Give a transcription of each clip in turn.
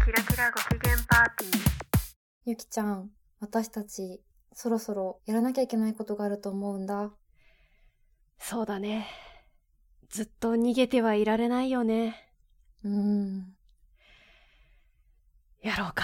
キラキラご機嫌パーティー。 ゆきちゃん、私たちそろそろやらなきゃいけないことがあると思うんだ。 そうだね。ずっと逃げてはいられないよね。やろうか。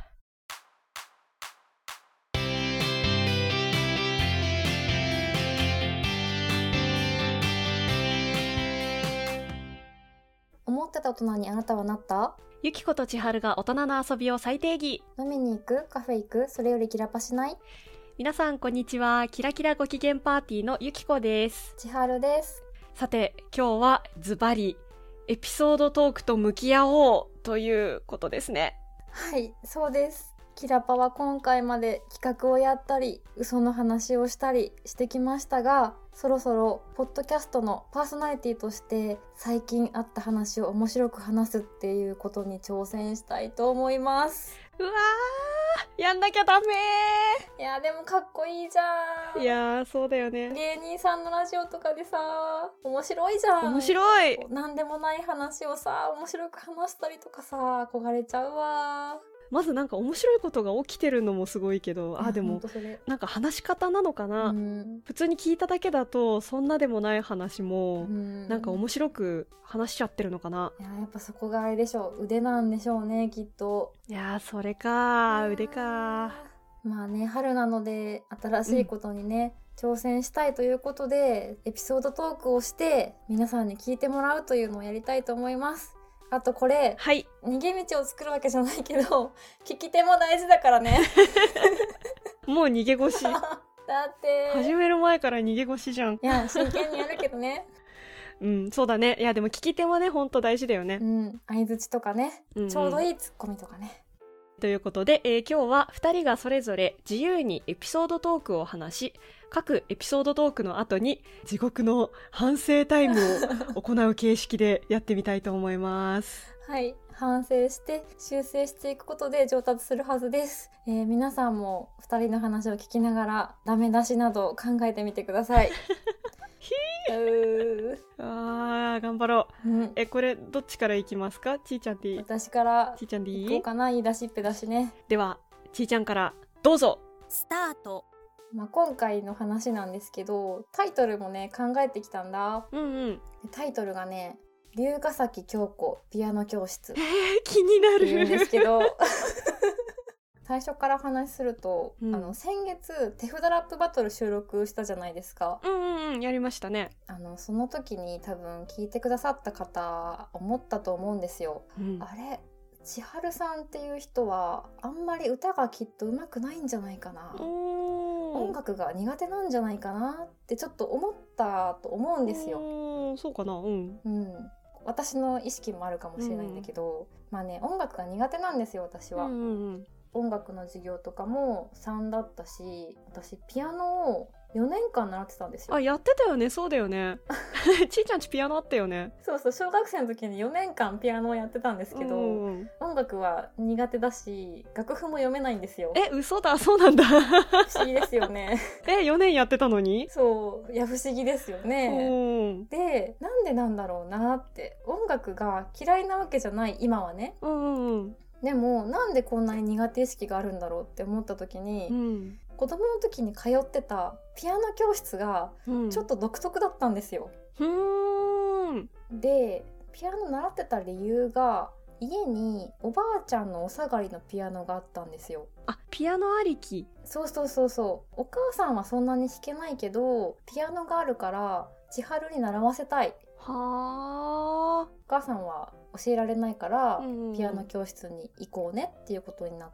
思ってた大人にあなたはなった？ ゆきことちはるが大人の遊びを再定義。 飲みに行く？カフェ行く？それよりキラパしない？ 皆さんこんにちは。キラキラご機嫌パーティーのゆきこです。 ちはるです。 さて、今日はズバリエピソードトークと向き合おうということですね。 はい、そうです。キラパは今回まで企画をやったり嘘の話をしたりしてきましたが、そろそろポッドキャストのパーソナリティとして最近あった話を面白く話すっていうことに挑戦したいと思います。 うわー、やんなきゃダメいやでもかっこいいじゃん。 いやー、そうだよね。 芸人さんのラジオとかでさ、面白いじゃん。 面白い。 なんでもない話をさ、面白く話したりとかさ、憧れちゃうわ。 まずなんか面白いことが起きてるのもすごいけど、でもなんか話し方なのかな、普通に聞いただけだとそんなでもない話もなんか面白く話しちゃってるのかな。 いや、やっぱそこがあれでしょう、腕なんでしょうね、きっと。 いや、それか、腕か。 まあね、春なので新しいことにね、挑戦したいということでエピソードトークをして皆さんに聞いてもらうというのをやりたいと思います。あとこれ、 はい、 逃げ道を作るわけじゃないけど聞き手も大事だからねもう逃げ腰だって始める前から逃げ腰じゃん。 いや、真剣にやるけどねそうだね。いやでも聞き手もね、ほんと大事だよね。 相槌とかね、ちょうどいいツッコミとかね。 ということで、今日は2人がそれぞれ自由にエピソードトークを話し、各エピソードトークの後に地獄の反省タイムを行う形式でやってみたいと思いますはい、反省して修正していくことで上達するはずです。皆さんも2人の話を聞きながらダメ出しなど考えてみてください頑張ろう、これどっちからいきますか？ちーちゃんでいい？ 私からちーちゃんでいい？ 行こうかな。言い出しっぺだしね。 ではちーちゃんからどうぞ。 スタート。 今回の話なんですけど、タイトルもね考えてきたんだ。タイトルがね、龍ヶ崎京子ピアノ教室、 気になる。 っていうんですけど最初からお話しすると、先月手札ラップバトル収録したじゃないですか。 やりましたね。 その時に多分聞いてくださった方思ったと思うんですよ、あれ、千春さんっていう人はあんまり歌がきっと上手くないんじゃないかな、音楽が苦手なんじゃないかなってちょっと思ったと思うんですよ。 そうかな。 私の意識もあるかもしれないんだけど、まあね、音楽が苦手なんですよ、私は。音楽の授業とかも3だったし、私ピアノを4年間習ってたんですよ。 やってたよね。そうだよねちーちゃんちピアノあったよね。 そうそう、小学生の時に4年間ピアノをやってたんですけど、音楽は苦手だし楽譜も読めないんですよ。 嘘だ。そうなんだ不思議ですよね 4年やってたのに。 そう、いや不思議ですよね。で、なんでなんだろうなって。音楽が嫌いなわけじゃない今はね。でもなんでこんなに苦手意識があるんだろうって思った時に、子供の時に通ってたピアノ教室がちょっと独特だったんですよ。で、ピアノ習ってた理由が、家におばあちゃんのお下がりのピアノがあったんですよ。 ピアノありき。 そう。お母さんはそんなに弾けないけどピアノがあるから千春に習わせたい。お母さんは教えられないから、ピアノ教室に行こうねっていうことになって、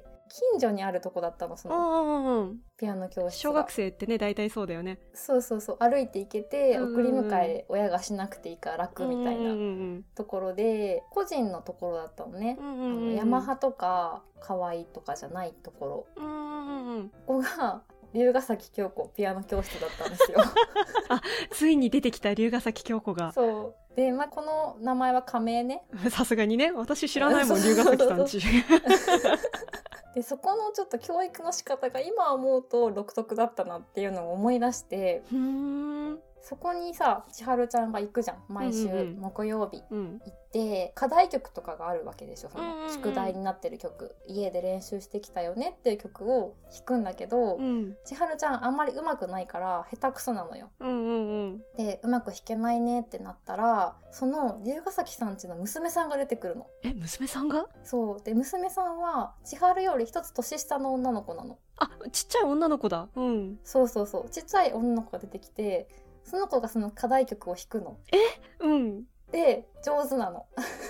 近所にあるとこだったの、そのピアノ教室が。 小学生ってね、大体そうだよね。 そう、歩いて行けて、送り迎え親がしなくていいから楽みたいなところで、個人のところだったのね。ヤマハとか河合とかじゃないところ。ここが龍ヶ崎京子ピアノ教室だったんですよついに出てきた龍ヶ崎京子が。 そうで、この名前は仮名ね。 さすがにね、私知らないもん龍ヶ崎さんちで、そこのちょっと教育の仕方が今思うと独特だったなっていうのを思い出して、 そこにさ千春ちゃんが行くじゃん毎週木曜日、 うん行って課題曲とかがあるわけでしょ。その宿題になってる曲、家で練習してきたよねっていう曲を弾くんだけど、千春ちゃんあんまり上手くないから下手くそなのよ、で上手く弾けないねってなったら、その龍ヶ崎さんちの娘さんが出てくるの。 娘さんが？ そうで、娘さんは千春より一つ年下の女の子なの。 あ、ちっちゃい女の子だ。 そうそうそう、ちっちゃい女の子が出てきて、その子がその課題曲を弾くの。で上手なの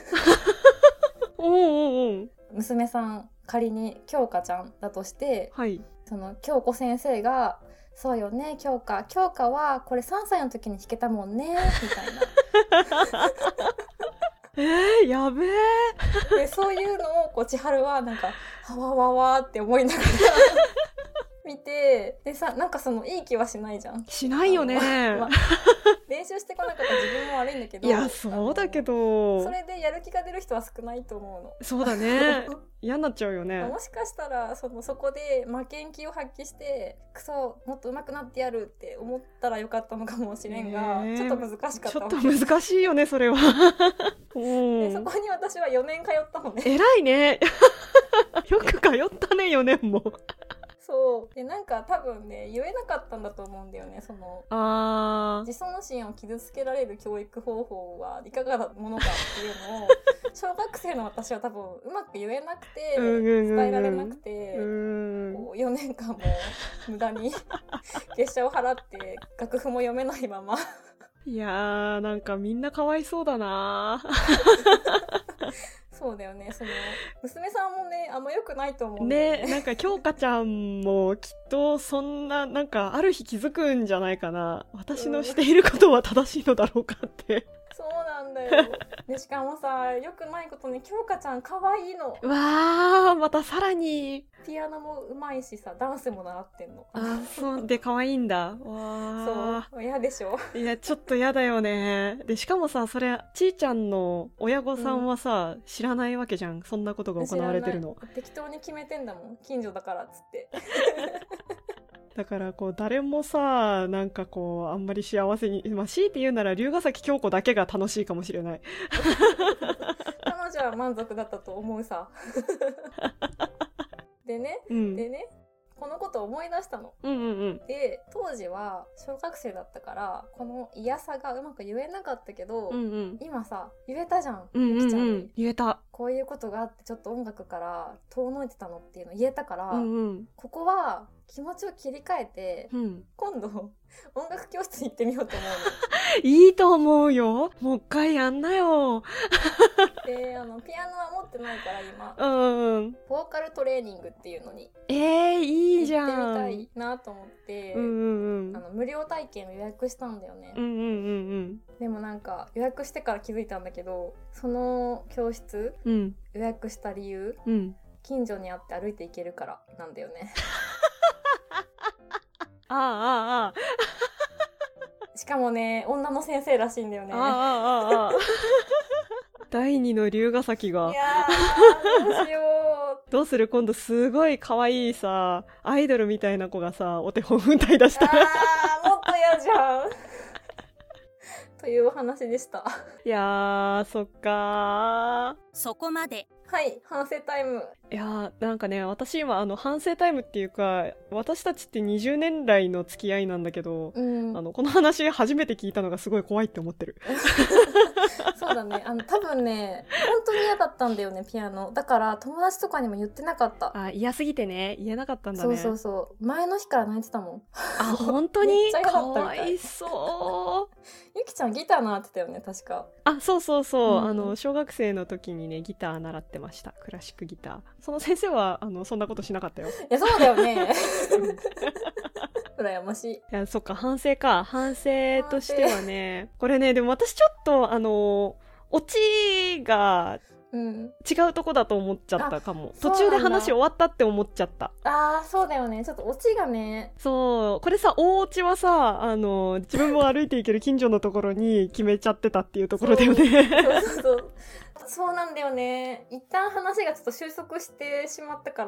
娘さん仮に京香ちゃんだとして、 はい、 その京子先生がそうよね京香はこれ3歳の時に弾けたもんねみたいなやべえでそういうのをこう千春はなんかはわわわって思いながら見て、でさ、なんかそのいい気はしないじゃん。 しないよね、 練習してこなかった自分も悪いんだけど、 いやそうだけどそれでやる気が出る人は少ないと思うの。 そうだね嫌になっちゃうよね。 もしかしたらそこで負けん気を発揮してクソもっと上手くなってやるって思ったらよかったのかもしれんが、ちょっと難しかった。 ちょっと難しいよねそれはでそこに私は4年通ったのね。 偉いねよく通ったね4年もそうで、なんか多分ね言えなかったんだと思うんだよね。その自尊心を傷つけられる教育方法はいかがなものかっていうのを小学生の私は多分うまく言えなくて伝えられなくて、こう4年間も無駄に月謝を払って楽譜も読めないままいやーなんかみんなかわいそうだなそうだよね。その娘さんもねあんま良くないと思うんだよね。 なんか京香ちゃんもきっとそんななんかある日気づくんじゃないかな。私のしていることは正しいのだろうかってそうなんだよでしかもさ良くないことに京香ちゃん可愛いの。 わーまたさらにピアノも上手いしさダンスも習ってんの。 そうで可愛いんだ。わそう嫌でしょ。 いやちょっと嫌だよね。でしかもさそれちーちゃんの親御さんはさ、知らないわけじゃん。そんなことが行われてるの。 適当に決めてんだもん近所だからっつってだからこう誰もさなんかこうあんまり幸せに、強いて言うなら龍ヶ崎京子だけが楽しいかもしれない彼女は満足だったと思うさでね、このことを思い出したの、で当時は小学生だったからこの嫌さがうまく言えなかったけど、今さ言えたじゃん、ゆきちゃんに言えた。 こういうことがあってちょっと音楽から遠のいてたのっていうの言えたから、ここは気持ちを切り替えて、今度音楽教室に行ってみようと思うのいいと思うよ。もう一回やんなよでピアノは持ってないから今、ボーカルトレーニングっていうのにいいじゃん行ってみたいなと思って、無料体験を予約したんだよね。でもなんか予約してから気づいたんだけど、その教室、予約した理由、近所にあって歩いて行けるからなんだよねしかもね女の先生らしいんだよね。 第二の龍ヶ崎が。 いやーどうしようどうする今度すごい可愛いさアイドルみたいな子がさお手本歌い出したらもっと嫌じゃんというお話でした。 いやーそっかー。 そこまで。 はい、反省タイム。 いやーなんかね私今反省タイムっていうか私たちって20年来の付き合いなんだけど、この話初めて聞いたのがすごい怖いって思ってるそうだね、多分ね本当に嫌だったんだよねピアノだから友達とかにも言ってなかった。 嫌すぎてね言えなかったんだね。 そう前の日から泣いてたもん。 本当にめっちゃ嫌だったみたい。 かわいそうゆきちゃんギター習ってたよね確か。 そう、小学生の時にねギター習ってました。クラシックギター。その先生はそんなことしなかったよ。 いやそうだよね羨ましい。 いやそっか反省としてはねこれねでも私ちょっとオチが違うとこだと思っちゃったかも。途中で話終わったって思っちゃった。 そうだよねちょっとオチがね。 そうこれさ大オチはさ自分も歩いていける近所のところに決めちゃってたっていうところだよね。 そうそうなんだよね。一旦話がちょっと収束してしまったから、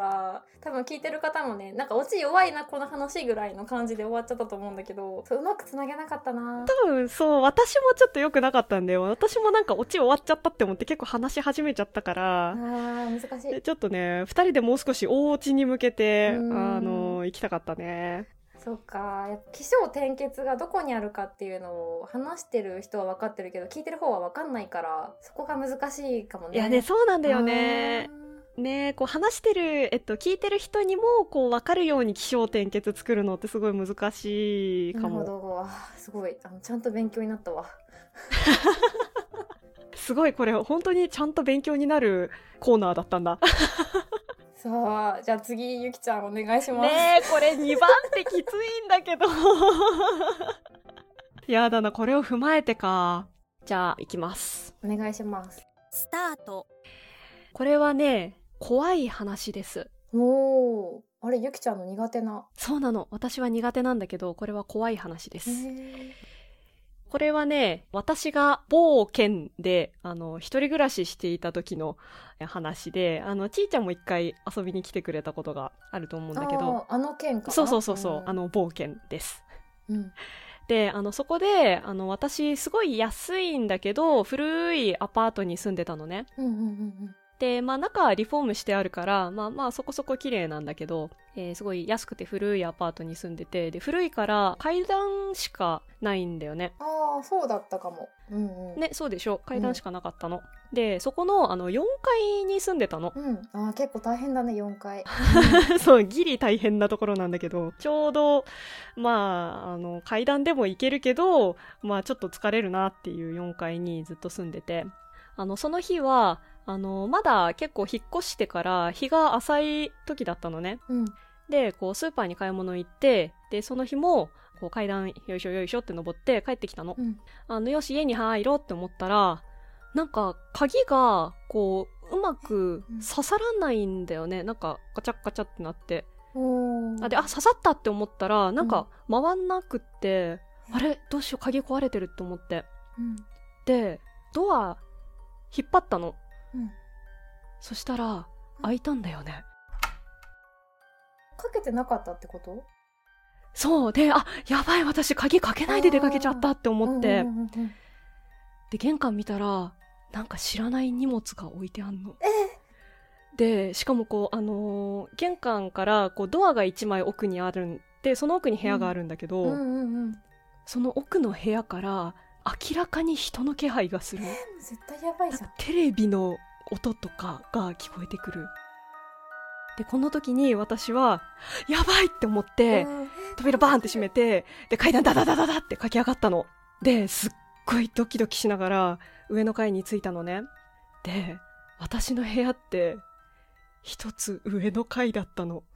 多分聞いてる方もね、なんかオチ弱いなこの話ぐらいの感じで終わっちゃったと思うんだけど、そううまくつなげなかったな。 多分そう私もちょっと良くなかったんだよ。私もなんかオチ終わっちゃったって思って結構話し始めちゃったから、 難しい。 ちょっとね2人でもう少し大オチに向けて行きたかったね。 そっか、起承転結がどこにあるかっていうのを話してる人は分かってるけど聞いてる方は分かんないから、そこが難しいかもね。 いやね、そうなんだよね。ね、こう話してる、聞いてる人にもこう分かるように起承転結作るのってすごい難しいかも。 なるほど、すごいちゃんと勉強になったわ。 すごい、これ本当にちゃんと勉強になるコーナーだったんだ。 さあ、じゃあ次ゆきちゃんお願いします。 ねえ、これ2番ってきついんだけど。やだな、これを踏まえてか。じゃあいきます。 お願いします。 スタート。 これはね、怖い話です。 おー、あれゆきちゃんの苦手な。 そうなの、私は苦手なんだけど、これは怖い話です。これはね、私が某県で一人暮らししていた時の話で、ちーちゃんも一回遊びに来てくれたことがあると思うんだけど、 県かな。 そう某県です。で、そこで私すごい安いんだけど古いアパートに住んでたのね。で、まあ中はリフォームしてあるから、まあそこそこ綺麗なんだけど、すごい安くて古いアパートに住んでて、で、古いから階段しかないんだよね。 そうだったかも。 ね、そうでしょ。階段しかなかったの。で、そこの4階に住んでたの。 結構大変だね、4階。 そう、ギリ大変なところなんだけど、ちょうど、まあ、階段でも行けるけど、まあちょっと疲れるなっていう4階にずっと住んでて、その日は、まだ結構引っ越してから日が浅い時だったのね。で、こうスーパーに買い物行って、で、その日もこう階段よいしょよいしょって登って帰ってきたの。よし家に入ろうって思ったら、なんか鍵がこううまく刺さらないんだよね。なんかガチャガチャってなって。で、刺さったって思ったらなんか回んなくって、あれどうしよう、鍵壊れてるって思って。で、ドア引っ張ったの。そしたら開いたんだよね。 かけてなかったってこと？ そうで、やばい、私鍵かけないで出かけちゃったって思って、で玄関見たらなんか知らない荷物が置いてあんの。でしかもこう玄関からこうドアが1枚奥にあるんで、その奥に部屋があるんだけど、その奥の部屋から明らかに人の気配がする。 絶対やばいじゃん。 テレビの音とかが聞こえてくる。でこの時に私はやばいって思って、扉バーンって閉めて、で階段ダダダダダって駆け上がったの。ですっごいドキドキしながら上の階に着いたのね。で私の部屋って一つ上の階だったの。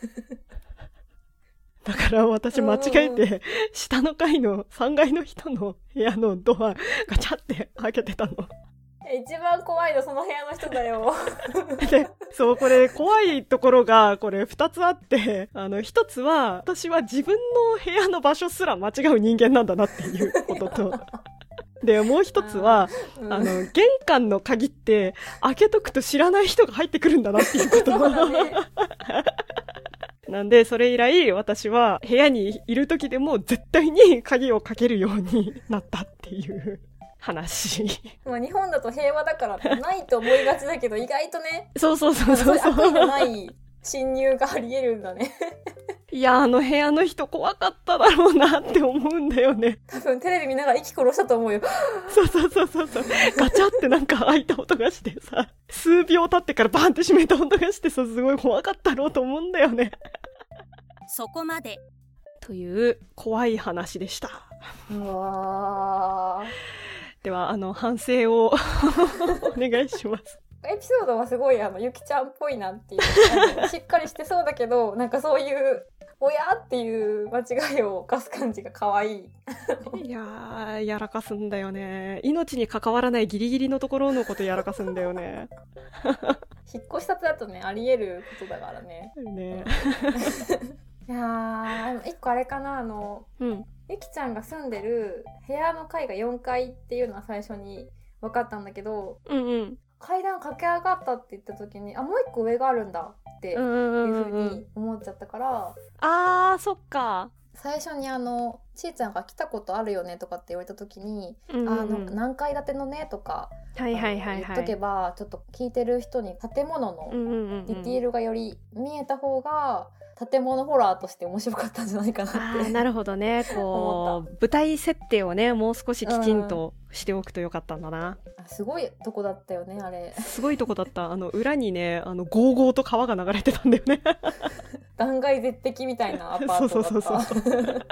だから私間違えて下の階の3階の人の部屋のドアガチャって開けてたの。 一番怖いのその部屋の人だよ。 で、そう、これ怖いところがこれ2つあって、一つは私は自分の部屋の場所すら間違う人間なんだなっていうことと、でもう一つは玄関の鍵って開けとくと知らない人が入ってくるんだなっていうこと。なんでそれ以来私は部屋にいる時でも絶対に鍵をかけるようになったっていう話。 まあ日本だと平和だからないと思いがちだけど、意外とね、 そう悪意のない侵入があり得るんだね。 いや、部屋の人怖かっただろうなって思うんだよね。 多分テレビ見ながら息殺したと思うよ。 そうガチャってなんか開いた音がしてさ、数秒経ってからバーンって閉めた音がしてさ、すごい怖かったろうと思うんだよね。 そこまでという怖い話でした。 うわでは反省をお願いします。 エピソードはすごいゆきちゃんっぽいなっていう、しっかりしてそうだけど、なんかそういう親っていう間違いを犯す感じが可愛い。 いやー、やらかすんだよね。命に関わらないギリギリのところのことやらかすんだよね。 引っ越したてだとね、あり得ることだからね。いやー、一個あれかな、ゆきちゃんが住んでる部屋の階が4階っていうのは最初に分かったんだけど、 階段駆け上がったって言った時に、もう一個上があるんだっていう風に思っちゃったから、 あーそっか。 最初にちーちゃんが来たことあるよねとかって言われた時に、何階建てのねとか、言っとけばちょっと聞いてる人に建物のディティールがより見えた方が建物ホラーとして面白かったんじゃないかなって。 なるほどね。こう舞台設定をねもう少しきちんとしておくとよかったんだな。 すごいとこだったよねあれ。 すごいとこだった。裏にねゴーゴーと川が流れてたんだよね。 断崖絶壁みたいなアパートだった。そう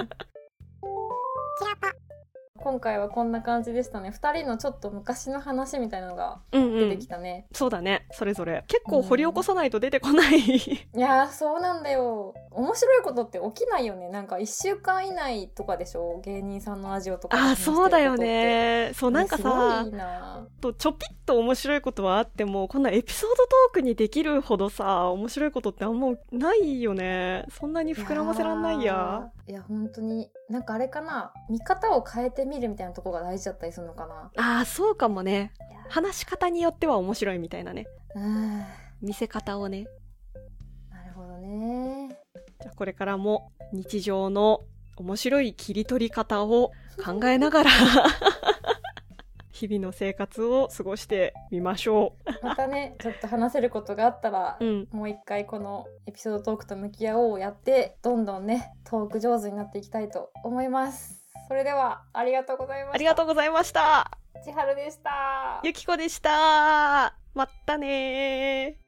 今回はこんな感じでしたね。2人のちょっと昔の話みたいなのが出てきたね。 そうだね。それぞれ結構掘り起こさないと出てこない、いやそうなんだよ。面白いことって起きないよね。なんか1週間以内とかでしょ、芸人さんのラジオとか。 そうだよね。そうなんかさ、 すごいいいな。 ちょぴっと面白いことはあってもこんなエピソードトークにできるほどさ面白いことってあんまないよね。そんなに膨らませらんないや。 いや本当になんかあれかな、見方を変えてみるみたいなところが大事だったりするのかな。 そうかもね。話し方によっては面白いみたいなね。見せ方をね。 なるほどね。 じゃあこれからも日常の面白い切り取り方を考えながら日々の生活を過ごしてみましょう。またねちょっと話せることがあったら、もう一回このエピソードトークと向き合おうをやってどんどんねトーク上手になっていきたいと思います。それではありがとうございました。 ありがとうございました。 千春でした。 ゆきこでした。まったねー。